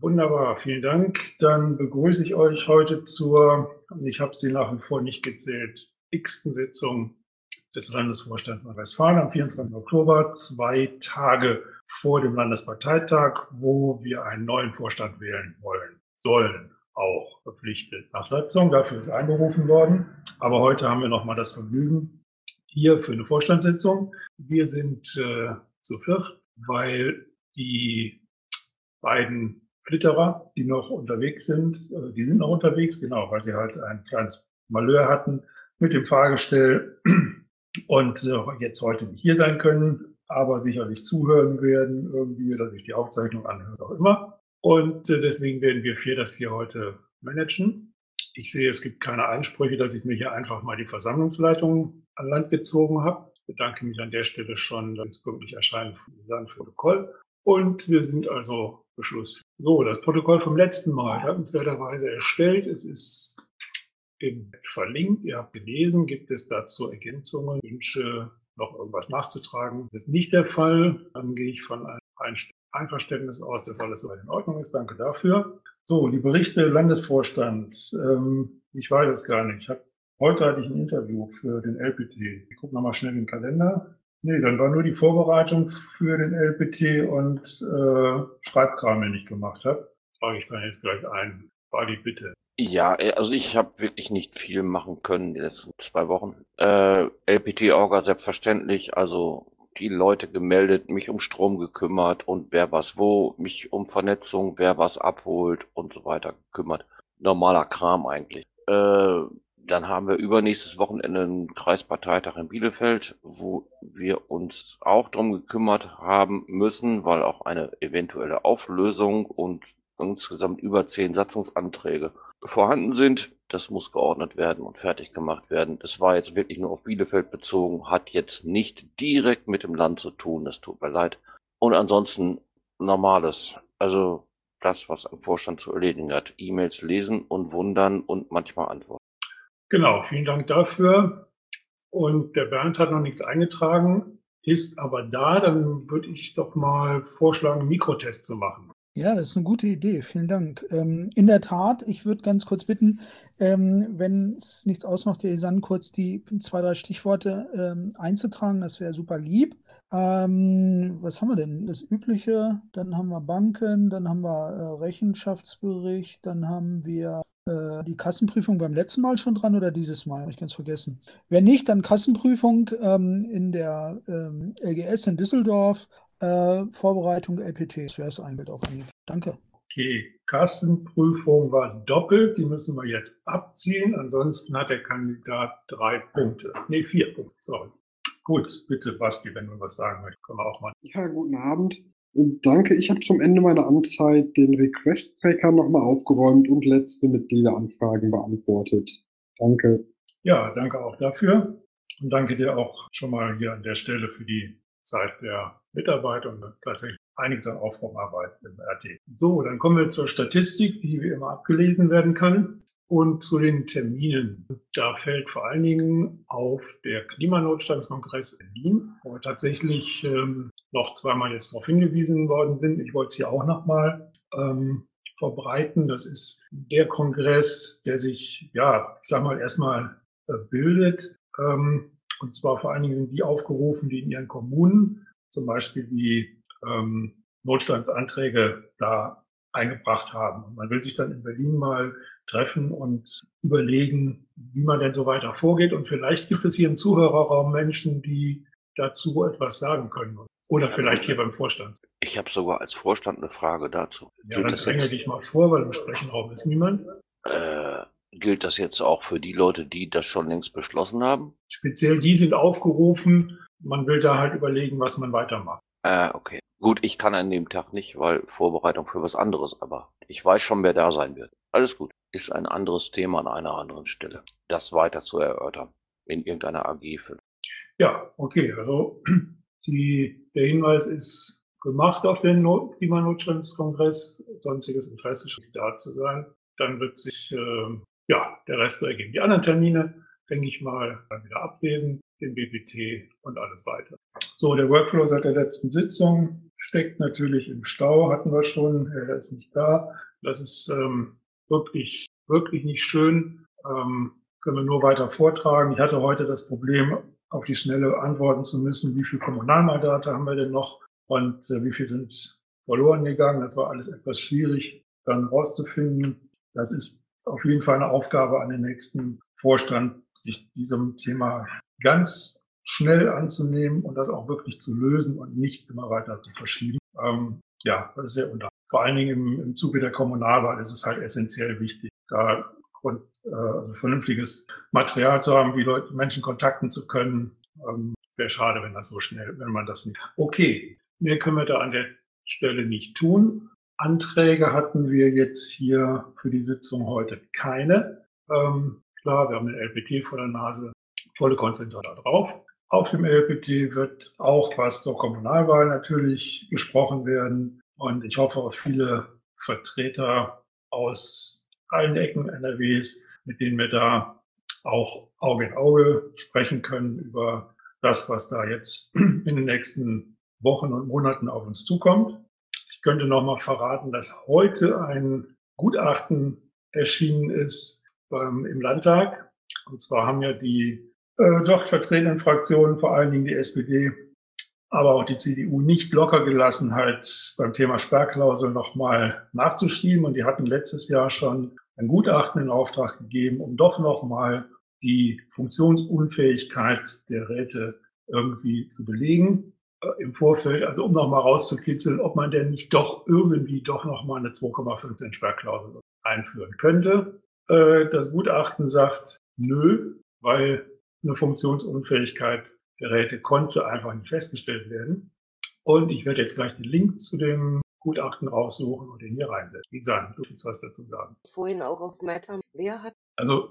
Wunderbar, vielen Dank. Dann begrüße ich euch heute zur, und ich habe sie nach wie vor nicht gezählt, x-ten Sitzung des Landesvorstands Nordrhein-Westfalen am 24. Oktober, 2 Tage vor dem Landesparteitag, wo wir einen neuen Vorstand wählen sollen, auch verpflichtet nach Satzung. Dafür ist einberufen worden. Aber heute haben wir nochmal das Vergnügen hier für eine Vorstandssitzung. Wir sind zu viert, weil die beiden Flitterer, die noch unterwegs sind, die sind noch unterwegs, genau, weil sie halt ein kleines Malheur hatten mit dem Fahrgestell und jetzt heute nicht hier sein können, aber sicherlich zuhören werden, irgendwie, oder sich die Aufzeichnung anhören, was auch immer. Und deswegen werden wir 4 das hier heute managen. Ich sehe, es gibt keine Einsprüche, dass ich mir hier einfach mal die Versammlungsleitung an Land gezogen habe. Ich bedanke mich an der Stelle schon, dass es pünktlich erscheint für das Protokoll. Und wir sind also beschlussfähig. So, das Protokoll vom letzten Mal, dankenswerterweise erstellt. Es ist verlinkt, ihr habt gelesen. Gibt es dazu Ergänzungen, Wünsche, noch irgendwas nachzutragen? Das ist nicht der Fall. Dann gehe ich von einem Einverständnis aus, dass alles soweit in Ordnung ist. Danke dafür. So, die Berichte Landesvorstand. Ich weiß es gar nicht. Heute hatte ich ein Interview für den LPT. Ich gucke nochmal schnell in den Kalender. Nee, dann war nur die Vorbereitung für den LPT und Schreibkram, den ich gemacht habe. Frage ich dann jetzt gleich ein. Fadi, bitte. Ja, also ich habe wirklich nicht viel machen können die letzten 2 Wochen. LPT-Orga selbstverständlich, also die Leute gemeldet, mich um Strom gekümmert und wer was wo, mich um Vernetzung, wer was abholt und so weiter gekümmert. Normaler Kram eigentlich. Dann haben wir übernächstes Wochenende einen Kreisparteitag in Bielefeld, wo wir uns auch drum gekümmert haben müssen, weil auch eine eventuelle Auflösung und insgesamt über 10 Satzungsanträge vorhanden sind. Das muss geordnet werden und fertig gemacht werden. Das war jetzt wirklich nur auf Bielefeld bezogen, hat jetzt nicht direkt mit dem Land zu tun, das tut mir leid. Und ansonsten Normales, also das, was ein Vorstand zu erledigen hat. E-Mails lesen und wundern und manchmal antworten. Genau, vielen Dank dafür. Und der Bernd hat noch nichts eingetragen, ist aber da. Dann würde ich doch mal vorschlagen, einen Mikrotest zu machen. Ja, das ist eine gute Idee. Vielen Dank. In der Tat, ich würde ganz kurz bitten, wenn es nichts ausmacht, der Isan kurz die 2, 3 Stichworte einzutragen. Das wäre super lieb. Was haben wir denn? Das Übliche, dann haben wir Banken, dann haben wir Rechenschaftsbericht, dann haben wir die Kassenprüfung beim letzten Mal schon dran oder dieses Mal? Habe ich ganz vergessen. Wenn nicht, dann Kassenprüfung in der LGS in Düsseldorf. Vorbereitung LPT, das wäre es eigentlich auch nicht. Danke. Okay, Kassenprüfung war doppelt, die müssen wir jetzt abziehen. Ansonsten hat der Kandidat 3 Punkte. Nee, 4 Punkte, sorry. Gut, bitte Basti, wenn du was sagen möchtest, können wir auch mal. Ja, guten Abend und danke. Ich habe zum Ende meiner Amtszeit den Request-Tracker nochmal aufgeräumt und letzte Mitgliederanfragen beantwortet. Danke. Ja, danke auch dafür. Und danke dir auch schon mal hier an der Stelle für die Zeit der Mitarbeit und tatsächlich einiges an Aufräumarbeit im RT. So, dann kommen wir zur Statistik, die wie immer abgelesen werden kann. Und zu den Terminen. Da fällt vor allen Dingen auf der Klimanotstandskongress in Berlin, wo wir tatsächlich noch zweimal jetzt darauf hingewiesen worden sind. Ich wollte es hier auch nochmal verbreiten. Das ist der Kongress, der sich, ja, ich sag mal, erstmal bildet. Und zwar vor allen Dingen sind die aufgerufen, die in ihren Kommunen zum Beispiel die Notstandsanträge da eingebracht haben. Und man will sich dann in Berlin mal treffen und überlegen, wie man denn so weiter vorgeht. Und vielleicht gibt es hier im Zuhörerraum Menschen, die dazu etwas sagen können. Oder vielleicht hier beim Vorstand. Ich habe sogar als Vorstand eine Frage dazu. Ja, dann dränge dich mal vor, weil im Sprechenraum ist niemand. Gilt das jetzt auch für die Leute, die das schon längst beschlossen haben? Speziell die sind aufgerufen. Man will da halt überlegen, was man weitermacht. Okay. Gut, ich kann an dem Tag nicht, weil Vorbereitung für was anderes, aber ich weiß schon, wer da sein wird. Alles gut. Ist ein anderes Thema an einer anderen Stelle. Das weiter zu erörtern. In irgendeiner AG. Ja, okay. Also der Hinweis ist gemacht auf den Klimanotstandskongress. Sonstiges Interesse da zu sein. Dann wird sich der Rest so ergeben. Die anderen Termine, denke ich mal, dann wieder ablesen, den BPT und alles weiter. So, der Workflow seit der letzten Sitzung steckt natürlich im Stau, hatten wir schon, er ist nicht da. Das ist wirklich, wirklich nicht schön. Können wir nur weiter vortragen. Ich hatte heute das Problem, auf die Schnelle antworten zu müssen, wie viele Kommunalmandate haben wir denn noch und wie viele sind verloren gegangen. Das war alles etwas schwierig dann rauszufinden. Das ist auf jeden Fall eine Aufgabe an den nächsten Vorstand, sich diesem Thema ganz schnell anzunehmen und das auch wirklich zu lösen und nicht immer weiter zu verschieben. Ja, das ist sehr undankbar. Vor allen Dingen im Zuge der Kommunalwahl ist es halt essentiell wichtig, da also vernünftiges Material zu haben, wie Menschen kontakten zu können. Sehr schade, wenn man das nicht. Okay, mehr können wir da an der Stelle nicht tun. Anträge hatten wir jetzt hier für die Sitzung heute keine. Klar, wir haben den LPT vor der Nase, volle Konzentration drauf. Auf dem LPT wird auch was zur Kommunalwahl natürlich gesprochen werden. Und ich hoffe auf viele Vertreter aus allen Ecken NRWs, mit denen wir da auch Auge in Auge sprechen können über das, was da jetzt in den nächsten Wochen und Monaten auf uns zukommt. Ich könnte noch mal verraten, dass heute ein Gutachten erschienen ist im Landtag. Und zwar haben ja die doch vertretenen Fraktionen, vor allen Dingen die SPD, aber auch die CDU, nicht locker gelassen, halt beim Thema Sperrklausel nochmal nachzuschieben. Und die hatten letztes Jahr schon ein Gutachten in Auftrag gegeben, um doch nochmal die Funktionsunfähigkeit der Räte irgendwie zu belegen im Vorfeld, also um nochmal rauszukitzeln, ob man denn nicht doch irgendwie doch nochmal eine 2,15 Sperrklausel einführen könnte. Das Gutachten sagt, nö, weil eine Funktionsunfähigkeit der Räte konnte einfach nicht festgestellt werden. Und ich werde jetzt gleich den Link zu dem Gutachten raussuchen und den hier reinsetzen. Lisanne, du willst was dazu sagen? Vorhin auch auf Meta. Wer hat? Also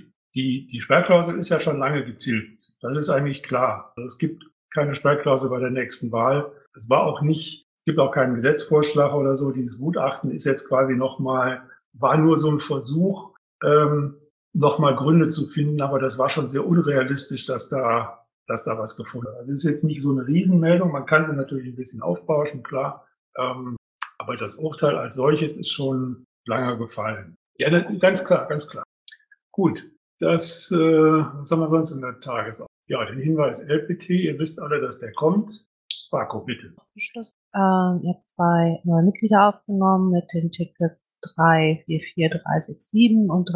die Sperrklausel ist ja schon lange getilgt. Das ist eigentlich klar. Also es gibt keine Sperrklausel bei der nächsten Wahl. Es gibt auch keinen Gesetzvorschlag oder so. Dieses Gutachten ist jetzt quasi war nur so ein Versuch, nochmal Gründe zu finden, aber das war schon sehr unrealistisch, dass da was gefunden wird. Also es ist jetzt nicht so eine Riesenmeldung, man kann sie natürlich ein bisschen aufbauschen, klar, aber das Urteil als solches ist schon lange gefallen. Ja, ganz klar, ganz klar. Gut, was haben wir sonst in der Tagesordnung? Ja, den Hinweis LPT, ihr wisst alle, dass der kommt. Marco, bitte. Ihr habt 2 neue Mitglieder aufgenommen mit den Tickets 344367 und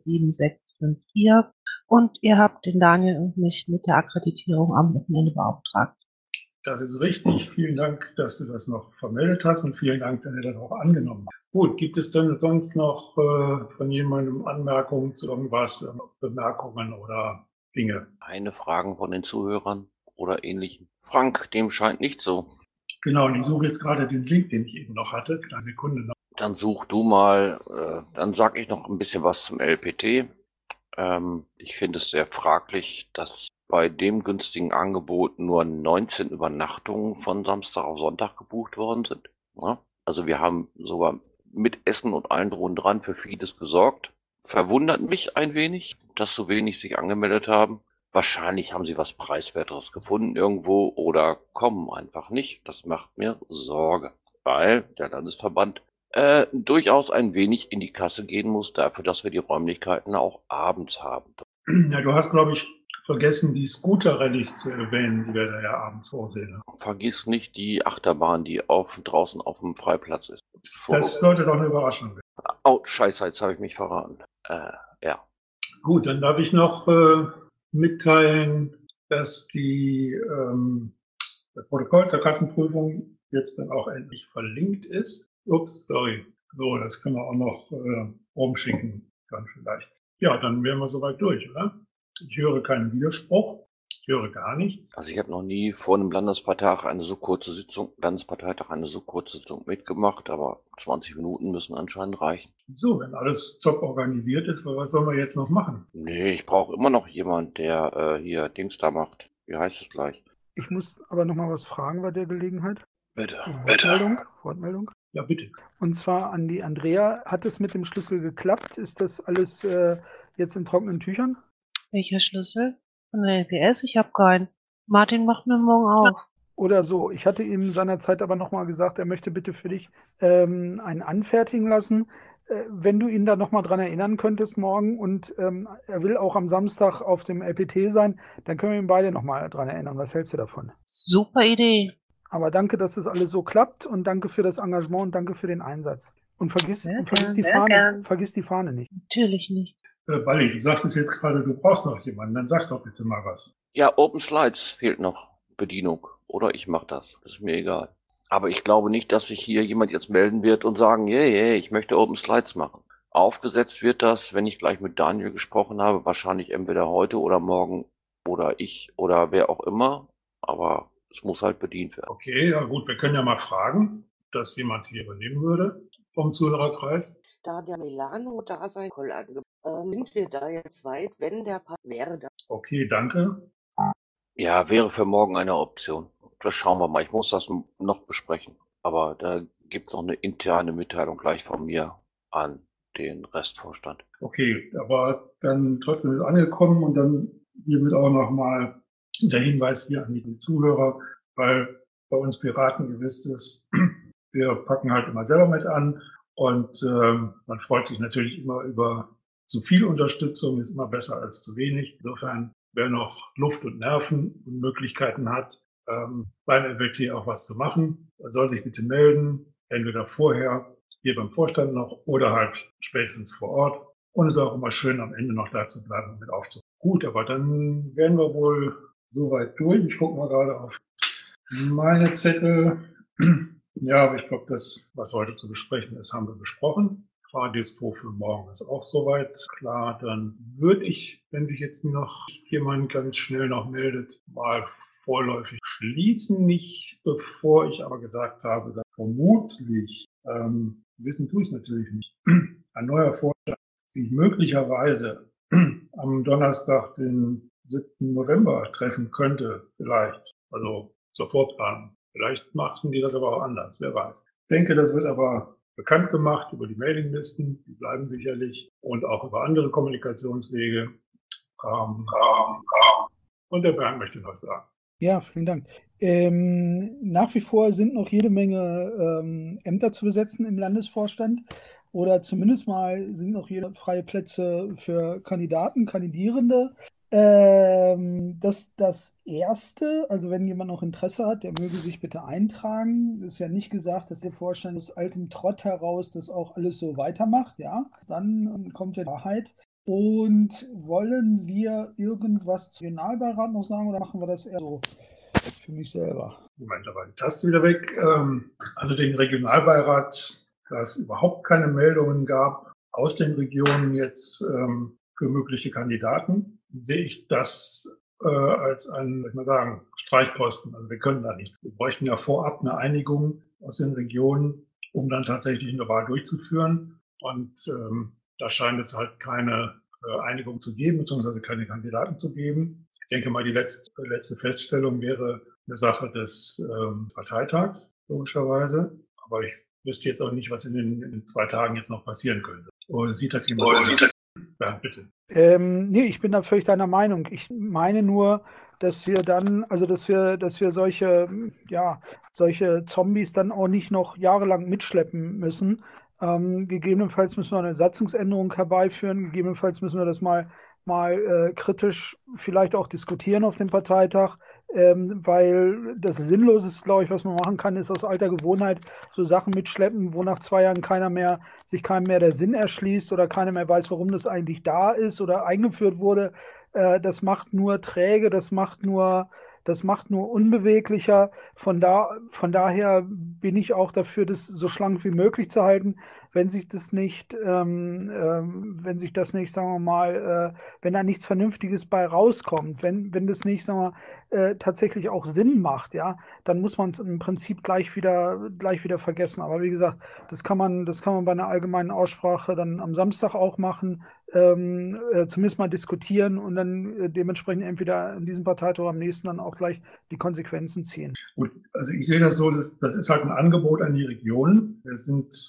347654. Und ihr habt den Daniel und mich mit der Akkreditierung am Wochenende beauftragt. Das ist richtig. Vielen Dank, dass du das noch vermeldet hast und vielen Dank, dass ihr das auch angenommen habt. Gut, gibt es denn sonst noch von jemandem Anmerkungen zu irgendwas, Bemerkungen oder Dinge? Keine Fragen von den Zuhörern oder Ähnlichem. Frank, dem scheint nicht so. Genau, und ich suche jetzt gerade den Link, den ich eben noch hatte. Eine Sekunde noch. Dann such du mal, dann sage ich noch ein bisschen was zum LPT. Ich finde es sehr fraglich, dass bei dem günstigen Angebot nur 19 Übernachtungen von Samstag auf Sonntag gebucht worden sind. Ja? Also wir haben sogar mit Essen und allen drum und dran für vieles gesorgt. Verwundert mich ein wenig, dass so wenig sich angemeldet haben. Wahrscheinlich haben sie was Preiswerteres gefunden irgendwo oder kommen einfach nicht. Das macht mir Sorge, weil der Landesverband durchaus ein wenig in die Kasse gehen muss, dafür, dass wir die Räumlichkeiten auch abends haben. Ja, du hast, glaube ich, vergessen, die Scooter-Rallyes zu erwähnen, die wir da ja abends vorsehen. Vergiss nicht die Achterbahn, die draußen auf dem Freiplatz ist. Das sollte doch eine Überraschung werden. Oh, scheiße, jetzt habe ich mich verraten. Ja. Gut, dann darf ich noch mitteilen, dass das Protokoll zur Kassenprüfung jetzt dann auch endlich verlinkt ist. Ups, sorry. So, das können wir auch noch rumschicken, dann vielleicht. Ja, dann wären wir soweit durch, oder? Ich höre keinen Widerspruch. Ich höre gar nichts. Also ich habe noch nie vor einem Landesparteitag eine so kurze Sitzung mitgemacht, aber 20 Minuten müssen anscheinend reichen. So, wenn alles top organisiert ist, was sollen wir jetzt noch machen? Nee, ich brauche immer noch jemand, der hier Dings da macht. Wie heißt es gleich? Ich muss aber noch mal was fragen bei der Gelegenheit. Bitte. Also Bitte. Wortmeldung. Ja, bitte. Und zwar an die Andrea. Hat es mit dem Schlüssel geklappt? Ist das alles jetzt in trockenen Tüchern? Welcher Schlüssel? Von der LPS? Ich habe keinen. Martin macht mir morgen auf. Oder so. Ich hatte ihm seinerzeit aber nochmal gesagt, er möchte bitte für dich einen anfertigen lassen. Wenn du ihn da nochmal dran erinnern könntest morgen und er will auch am Samstag auf dem LPT sein, dann können wir ihn beide nochmal dran erinnern. Was hältst du davon? Super Idee. Aber danke, dass das alles so klappt und danke für das Engagement und danke für den Einsatz. Und vergiss Sehr die gern. Fahne, vergiss die Fahne nicht. Natürlich nicht. Balli, du sagtest jetzt gerade, du brauchst noch jemanden. Dann sag doch bitte mal was. Ja, Open Slides fehlt noch. Bedienung. Oder ich mache das. Das ist mir egal. Aber ich glaube nicht, dass sich hier jemand jetzt melden wird und sagen, ich möchte Open Slides machen. Aufgesetzt wird das, wenn ich gleich mit Daniel gesprochen habe, wahrscheinlich entweder heute oder morgen oder ich oder wer auch immer. Aber es muss halt bedient werden. Okay, ja gut, wir können ja mal fragen, dass jemand hier übernehmen würde vom Zuhörerkreis. Da der Milano da sein Call sind wir da jetzt weit, wenn der Part wäre da. Okay, danke. Ja, wäre für morgen eine Option. Das schauen wir mal. Ich muss das noch besprechen. Aber da gibt's noch eine interne Mitteilung gleich von mir an den Restvorstand. Okay, aber dann trotzdem ist angekommen und dann hiermit auch nochmal der Hinweis hier an die Zuhörer, weil bei uns Piraten gewiss ist, wir packen halt immer selber mit an und man freut sich natürlich immer über zu viel Unterstützung, ist immer besser als zu wenig. Insofern, wer noch Luft und Nerven und Möglichkeiten hat, beim LWT auch was zu machen, soll sich bitte melden, entweder vorher hier beim Vorstand noch oder halt spätestens vor Ort. Und es ist auch immer schön, am Ende noch da zu bleiben und mit aufzunehmen. Gut, aber dann wären wir wohl soweit durch. Ich gucke mal gerade auf meine Zettel. Ja, aber ich glaube, das, was heute zu besprechen ist, haben wir besprochen. Fahrdispo für morgen ist auch soweit klar. Dann würde ich, wenn sich jetzt noch jemand ganz schnell noch meldet, mal vorläufig schließen. Nicht bevor ich aber gesagt habe, dass vermutlich, wissen tue ich es natürlich nicht, ein neuer Vorstand sich möglicherweise am Donnerstag, den 7. November treffen könnte, vielleicht. Also zur Vorplanung. Vielleicht machen die das aber auch anders, wer weiß. Ich denke, das wird aber bekannt gemacht über die Mailinglisten, die bleiben sicherlich, und auch über andere Kommunikationswege. Und der Bernd möchte was sagen. Ja, vielen Dank. Nach wie vor sind noch jede Menge Ämter zu besetzen im Landesvorstand oder zumindest mal sind noch jede freie Plätze für Kandidaten, Kandidierende. Das Erste, also wenn jemand noch Interesse hat, der möge sich bitte eintragen. Ist ja nicht gesagt, dass der Vorstand aus altem Trott heraus das auch alles so weitermacht, ja. Dann kommt ja die Wahrheit. Und wollen wir irgendwas zum Regionalbeirat noch sagen oder machen wir das eher so für mich selber? Moment, da war die Taste wieder weg. Also den Regionalbeirat, da es überhaupt keine Meldungen gab aus den Regionen jetzt für mögliche Kandidaten, sehe ich das als einen, soll ich mal sagen, Streichposten. Also wir können da nichts. Wir bräuchten ja vorab eine Einigung aus den Regionen, um dann tatsächlich eine Wahl durchzuführen. Und da scheint es halt keine Einigung zu geben, beziehungsweise keine Kandidaten zu geben. Ich denke mal, die letzte Feststellung wäre eine Sache des Parteitags, logischerweise. Aber ich wüsste jetzt auch nicht, was in den 2 Tagen jetzt noch passieren könnte. Oder sieht das jemand? Ja, bitte. Nee, ich bin da völlig deiner Meinung. Ich meine nur, dass wir dann, also dass wir solche Zombies dann auch nicht noch jahrelang mitschleppen müssen. Gegebenenfalls müssen wir eine Satzungsänderung herbeiführen, gegebenenfalls müssen wir das mal kritisch vielleicht auch diskutieren auf dem Parteitag, weil das Sinnloseste, glaube ich, was man machen kann, ist aus alter Gewohnheit so Sachen mitschleppen, wo nach 2 Jahren sich keinem mehr der Sinn erschließt oder keiner mehr weiß, warum das eigentlich da ist oder eingeführt wurde. Das macht nur träge, das macht nur unbeweglicher. Von daher bin ich auch dafür, das so schlank wie möglich zu halten. Wenn sich das nicht, sagen wir mal, wenn da nichts Vernünftiges bei rauskommt, wenn das nicht, sagen wir, tatsächlich auch Sinn macht, ja, dann muss man es im Prinzip gleich wieder vergessen. Aber wie gesagt, das kann man bei einer allgemeinen Aussprache dann am Samstag auch machen, zumindest mal diskutieren und dann dementsprechend entweder in diesem Parteitag oder am nächsten dann auch gleich die Konsequenzen ziehen. Gut, also ich sehe das so, das ist halt ein Angebot an die Regionen.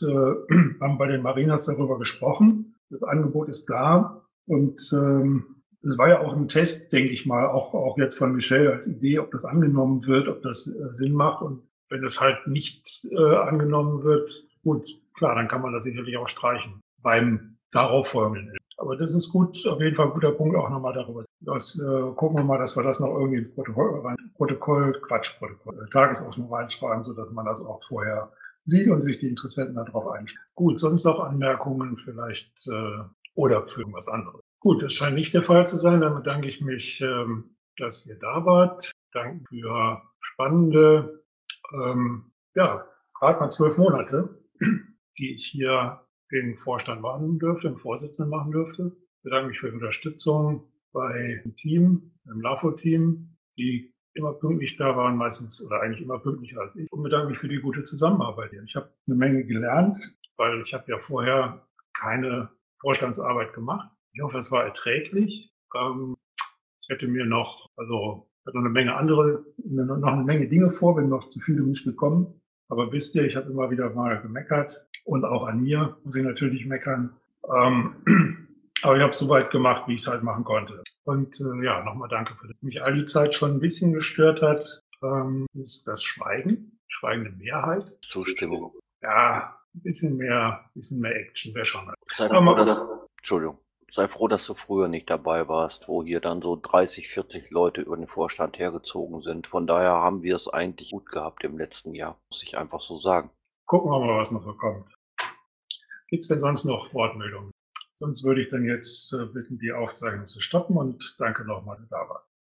Wir haben bei den Marinas darüber gesprochen. Das Angebot ist da und Es war ja auch ein Test, denke ich mal, auch jetzt von Michelle als Idee, ob das angenommen wird, ob das Sinn macht. Und wenn es halt nicht angenommen wird, gut, klar, dann kann man das sicherlich auch streichen beim darauffolgenden. Aber das ist gut, auf jeden Fall ein guter Punkt auch nochmal darüber. Gucken wir mal, dass wir das noch irgendwie ins Protokoll, Tagesordnung reinschreiben, sodass man das auch vorher sieht und sich die Interessenten darauf einstellen. Gut, sonst noch Anmerkungen vielleicht oder für irgendwas anderes. Gut, das scheint nicht der Fall zu sein. Dann bedanke ich mich, dass ihr da wart. Danke für spannende, gerade mal 12 Monate, die ich hier den Vorstand machen dürfte, den Vorsitzenden machen dürfte. Ich bedanke mich für die Unterstützung bei dem Team, dem LAFO-Team, die immer pünktlich da waren, meistens oder eigentlich immer pünktlicher als ich. Und bedanke mich für die gute Zusammenarbeit. Ich habe eine Menge gelernt, weil ich habe ja vorher keine Vorstandsarbeit gemacht. Ich hoffe, es war erträglich. Ich hätte mir noch eine Menge noch eine Menge Dinge vor, bin noch zu viel nicht gekommen. Aber wisst ihr, ich habe immer wieder mal gemeckert und auch an mir muss ich natürlich meckern. Aber ich habe es so weit gemacht, wie ich es halt machen konnte. Und nochmal danke für das. Mich all die Zeit schon ein bisschen gestört hat, ist das schweigende Mehrheit. Zustimmung. Ja, ein bisschen mehr Action wäre schon. Sei froh, dass du früher nicht dabei warst, wo hier dann so 30, 40 Leute über den Vorstand hergezogen sind. Von daher haben wir es eigentlich gut gehabt im letzten Jahr, muss ich einfach so sagen. Gucken wir mal, was noch so kommt. Gibt es denn sonst noch Wortmeldungen? Sonst würde ich dann jetzt bitten, die Aufzeichnung zu stoppen und danke nochmal, dass ihr da wart.